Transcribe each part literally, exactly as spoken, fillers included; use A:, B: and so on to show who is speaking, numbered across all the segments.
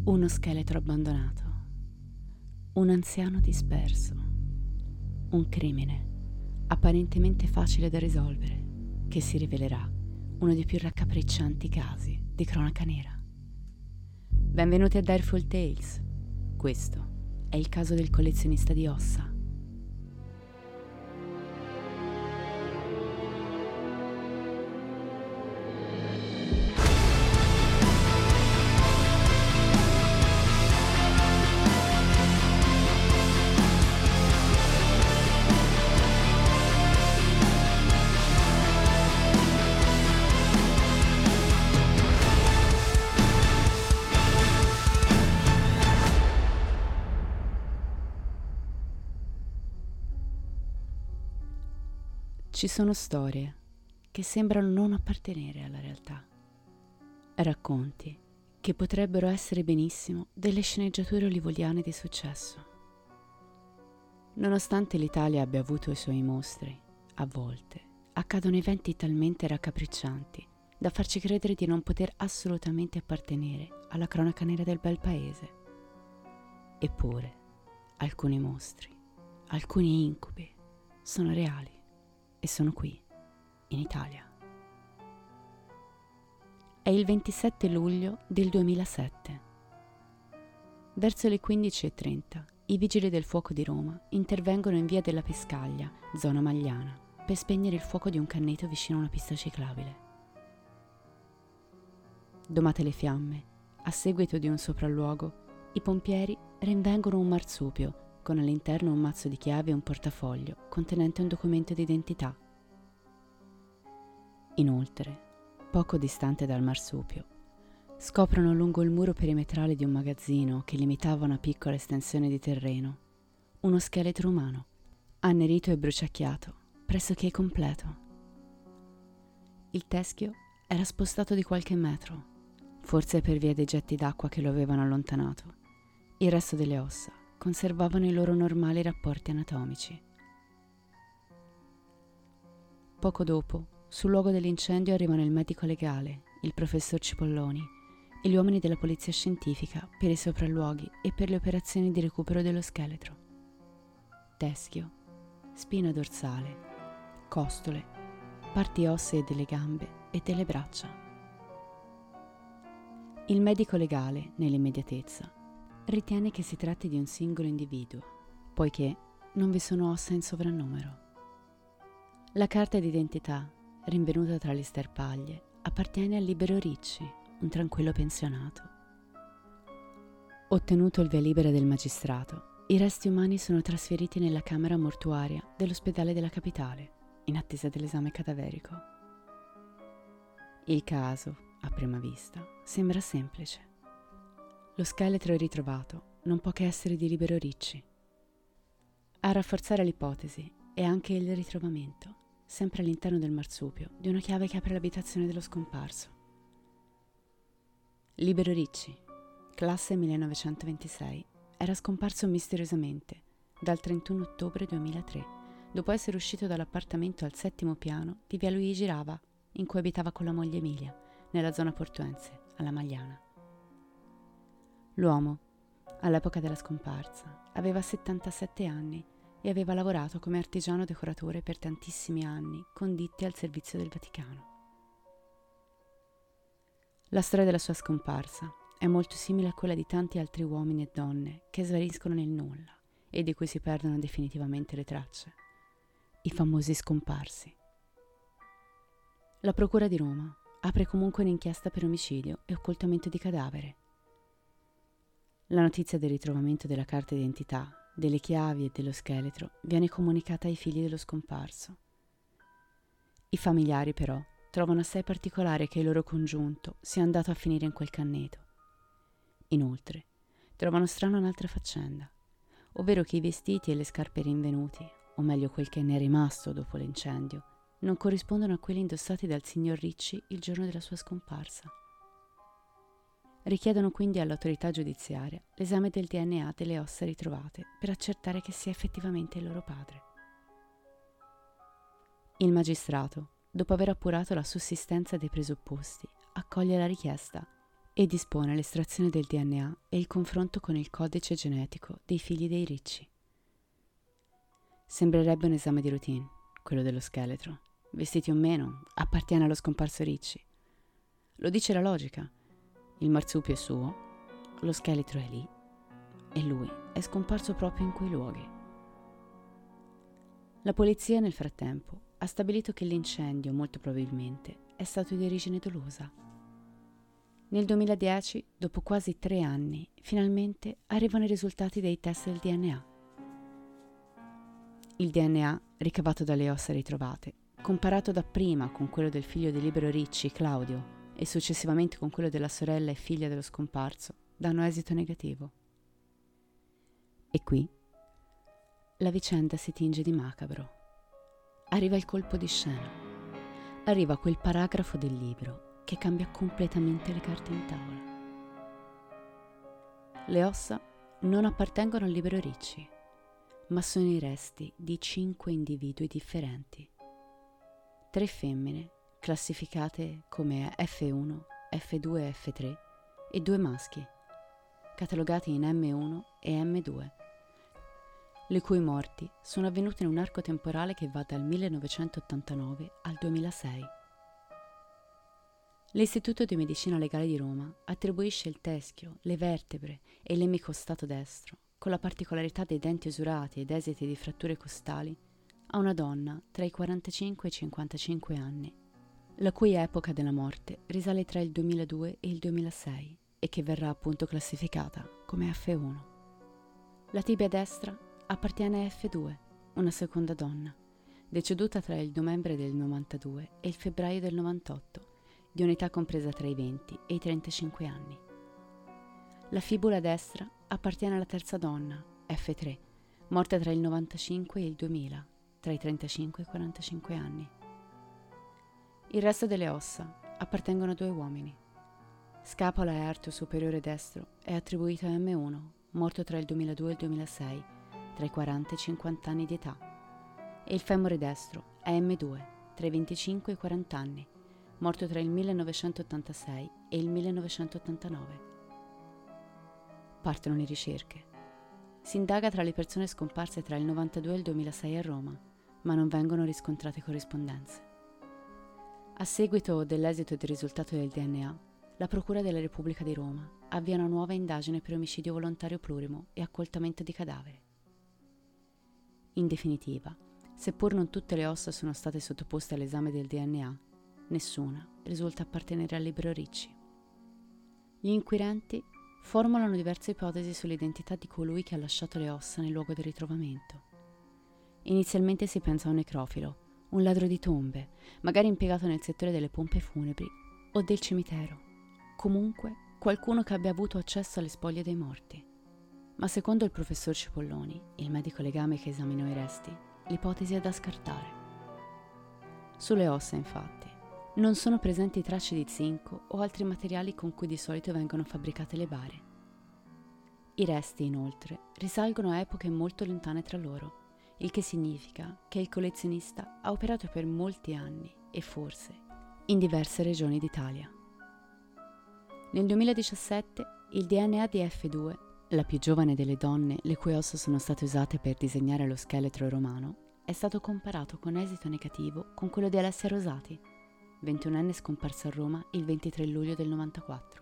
A: Uno scheletro abbandonato, un anziano disperso, un crimine apparentemente facile da risolvere che si rivelerà uno dei più raccapriccianti casi di cronaca nera. Benvenuti a Direful Tales. Questo è il caso del collezionista di ossa. Ci sono storie che sembrano non appartenere alla realtà. Racconti che potrebbero essere benissimo delle sceneggiature hollywoodiane di successo. Nonostante l'Italia abbia avuto i suoi mostri, a volte accadono eventi talmente raccapriccianti da farci credere di non poter assolutamente appartenere alla cronaca nera del bel paese. Eppure, alcuni mostri, alcuni incubi sono reali. E sono qui, in Italia. È il ventisette luglio del duemilasette. Verso le quindici e trenta, i vigili del fuoco di Roma intervengono in via della Pescaglia, zona Magliana, per spegnere il fuoco di un canneto vicino a una pista ciclabile. Domate le fiamme, a seguito di un sopralluogo, i pompieri rinvengono un marsupio con all'interno un mazzo di chiavi e un portafoglio contenente un documento d'identità. Inoltre, poco distante dal marsupio, scoprono lungo il muro perimetrale di un magazzino che limitava una piccola estensione di terreno uno scheletro umano, annerito e bruciacchiato, pressoché completo. Il teschio era spostato di qualche metro, forse per via dei getti d'acqua che lo avevano allontanato. Il resto delle ossa conservavano i loro normali rapporti anatomici. Poco dopo, sul luogo dell'incendio arrivano il medico legale, il professor Cipolloni e gli uomini della polizia scientifica per i sopralluoghi e per le operazioni di recupero dello scheletro. Teschio, spina dorsale, costole, parti ossee delle gambe e delle braccia. Il medico legale, nell'immediatezza, ritiene che si tratti di un singolo individuo, poiché non vi sono ossa in sovrannumero. La carta d'identità, rinvenuta tra le sterpaglie, appartiene a Libero Ricci, un tranquillo pensionato. Ottenuto il via libera del magistrato, i resti umani sono trasferiti nella camera mortuaria dell'ospedale della capitale, in attesa dell'esame cadaverico. Il caso, a prima vista, sembra semplice. Lo scheletro ritrovato non può che essere di Libero Ricci. A rafforzare l'ipotesi è anche il ritrovamento, sempre all'interno del marsupio, di una chiave che apre l'abitazione dello scomparso. Libero Ricci, classe millenovecentoventisei, era scomparso misteriosamente dal trentuno ottobre duemilatré, dopo essere uscito dall'appartamento al settimo piano di via Luigi Rava, in cui abitava con la moglie Emilia, nella zona portuense, alla Magliana. L'uomo, all'epoca della scomparsa, aveva settantasette anni e aveva lavorato come artigiano decoratore per tantissimi anni con ditte al servizio del Vaticano. La storia della sua scomparsa è molto simile a quella di tanti altri uomini e donne che svaniscono nel nulla e di cui si perdono definitivamente le tracce. I famosi scomparsi. La Procura di Roma apre comunque un'inchiesta per omicidio e occultamento di cadavere. La notizia del ritrovamento della carta d'identità, delle chiavi e dello scheletro viene comunicata ai figli dello scomparso. I familiari, però, trovano assai particolare che il loro congiunto sia andato a finire in quel canneto. Inoltre, trovano strana un'altra faccenda, ovvero che i vestiti e le scarpe rinvenuti, o meglio quel che ne è rimasto dopo l'incendio, non corrispondono a quelli indossati dal signor Ricci il giorno della sua scomparsa. Richiedono quindi all'autorità giudiziaria l'esame del D N A delle ossa ritrovate per accertare che sia effettivamente il loro padre. Il magistrato, dopo aver appurato la sussistenza dei presupposti, accoglie la richiesta e dispone l'estrazione del D N A e il confronto con il codice genetico dei figli dei Ricci. Sembrerebbe un esame di routine, quello dello scheletro. Vestiti o meno, appartiene allo scomparso Ricci. Lo dice la logica. Il marsupio è suo, lo scheletro è lì e lui è scomparso proprio in quei luoghi. La polizia nel frattempo ha stabilito che l'incendio, molto probabilmente, è stato di origine dolosa. Nel duemiladieci, dopo quasi tre anni, finalmente arrivano i risultati dei test del D N A. Il D N A, ricavato dalle ossa ritrovate, comparato dapprima con quello del figlio di Libero Ricci, Claudio, e successivamente con quello della sorella e figlia dello scomparso, danno esito negativo. E qui la vicenda si tinge di macabro. Arriva il colpo di scena. Arriva quel paragrafo del libro che cambia completamente le carte in tavola. Le ossa non appartengono al Libero Ricci, ma sono i resti di cinque individui differenti. Tre femmine, classificate come F uno, F due e F tre, e due maschi, catalogati in M uno e M due, le cui morti sono avvenute in un arco temporale che va dal millenovecentottantanove al duemilasei. L'Istituto di Medicina Legale di Roma attribuisce il teschio, le vertebre e l'emicostato destro, con la particolarità dei denti usurati ed esiti di fratture costali, a una donna tra i quarantacinque e i cinquantacinque anni, la cui epoca della morte risale tra il duemiladue e il duemilasei e che verrà appunto classificata come F uno. La tibia destra appartiene a F due, una seconda donna, deceduta tra il novembre del novantadue e il febbraio del novantotto, di un'età compresa tra i venti e i trentacinque anni. La fibula destra appartiene alla terza donna, F tre, morta tra il novantacinque e il duemila, tra i trentacinque e i quarantacinque anni. Il resto delle ossa appartengono a due uomini. Scapola e arto superiore destro è attribuito a M uno, morto tra il duemiladue e il duemilasei, tra i quaranta e i cinquanta anni di età, e il femore destro è M due, tra i venticinque e i quaranta anni, morto tra il millenovecentottantasei e il millenovecentottantanove. Partono le ricerche. Si indaga tra le persone scomparse tra il novantadue e il duemilasei a Roma, ma non vengono riscontrate corrispondenze. A seguito dell'esito e del risultato del D N A, la Procura della Repubblica di Roma avvia una nuova indagine per omicidio volontario plurimo e accoltamento di cadavere. In definitiva, seppur non tutte le ossa sono state sottoposte all'esame del D N A, nessuna risulta appartenere al Libero Ricci. Gli inquirenti formulano diverse ipotesi sull'identità di colui che ha lasciato le ossa nel luogo del ritrovamento. Inizialmente si pensa a un necrofilo, un ladro di tombe, magari impiegato nel settore delle pompe funebri o del cimitero, comunque qualcuno che abbia avuto accesso alle spoglie dei morti. Ma secondo il professor Cipolloni, il medico legame che esaminò i resti, l'ipotesi è da scartare. Sulle ossa, infatti, non sono presenti tracce di zinco o altri materiali con cui di solito vengono fabbricate le bare. I resti, inoltre, risalgono a epoche molto lontane tra loro, il che significa che il collezionista ha operato per molti anni e forse in diverse regioni d'Italia. Nel duemiladiciassette il D N A di F due, la più giovane delle donne le cui ossa sono state usate per disegnare lo scheletro romano, è stato comparato con esito negativo con quello di Alessia Rosati, ventunenne scomparsa a Roma il ventitré luglio del novantaquattro.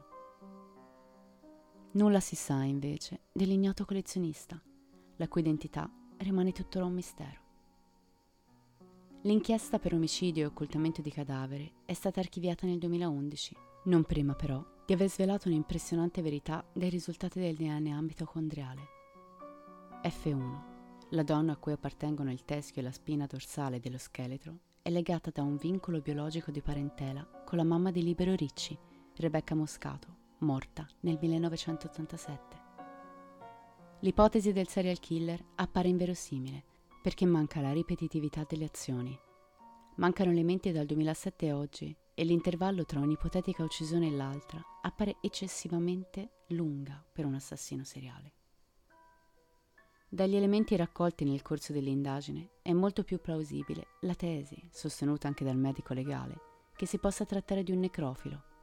A: Nulla si sa, invece, dell'ignoto collezionista, la cui identità rimane tuttora un mistero. L'inchiesta per omicidio e occultamento di cadavere è stata archiviata nel duemilaundici, non prima però di aver svelato un'impressionante verità dai risultati del D N A mitocondriale. F uno, la donna a cui appartengono il teschio e la spina dorsale dello scheletro, è legata da un vincolo biologico di parentela con la mamma di Libero Ricci, Rebecca Moscato, morta nel millenovecentottantasette. L'ipotesi del serial killer appare inverosimile perché manca la ripetitività delle azioni. Mancano elementi dal duemilasette a oggi e l'intervallo tra un'ipotetica uccisione e l'altra appare eccessivamente lunga per un assassino seriale. Dagli elementi raccolti nel corso dell'indagine è molto più plausibile la tesi, sostenuta anche dal medico legale, che si possa trattare di un necrofilo,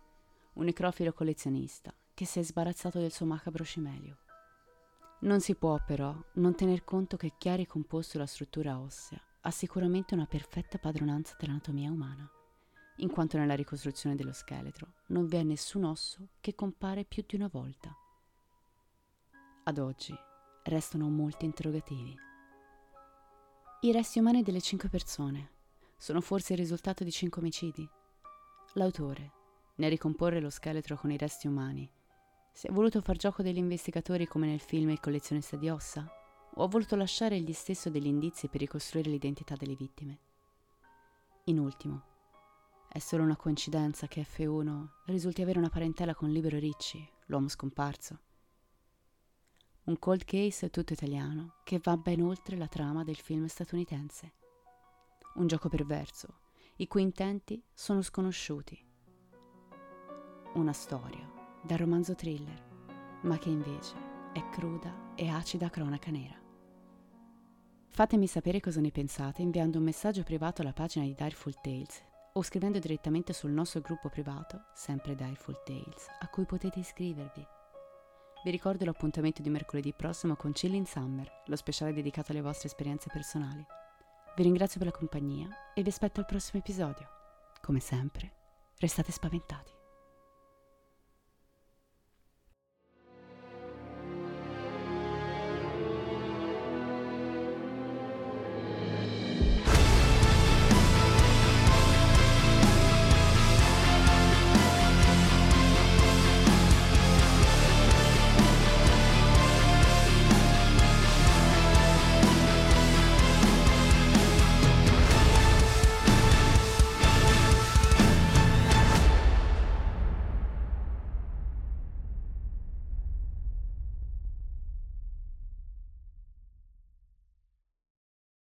A: un necrofilo collezionista che si è sbarazzato del suo macabro cimelio. Non si può però non tener conto che chi ha ricomposto la struttura ossea ha sicuramente una perfetta padronanza dell'anatomia umana, in quanto nella ricostruzione dello scheletro non vi è nessun osso che compare più di una volta. Ad oggi restano molti interrogativi. I resti umani delle cinque persone sono forse il risultato di cinque omicidi? L'autore, nel ricomporre lo scheletro con i resti umani, si è voluto far gioco degli investigatori come nel film Il collezionista di ossa? O ha voluto lasciare egli stesso degli indizi per ricostruire l'identità delle vittime? In ultimo, è solo una coincidenza che effe uno risulti avere una parentela con Libero Ricci, l'uomo scomparso. Un cold case tutto italiano che va ben oltre la trama del film statunitense. Un gioco perverso, i cui intenti sono sconosciuti. Una storia da romanzo thriller, ma che invece è cruda e acida cronaca nera. Fatemi sapere cosa ne pensate inviando un messaggio privato alla pagina di Direful Tales o scrivendo direttamente sul nostro gruppo privato, sempre Direful Tales, a cui potete iscrivervi. Vi ricordo l'appuntamento di mercoledì prossimo con Chilling Summer, lo speciale dedicato alle vostre esperienze personali. Vi ringrazio per la compagnia e vi aspetto al prossimo episodio. Come sempre, restate spaventati.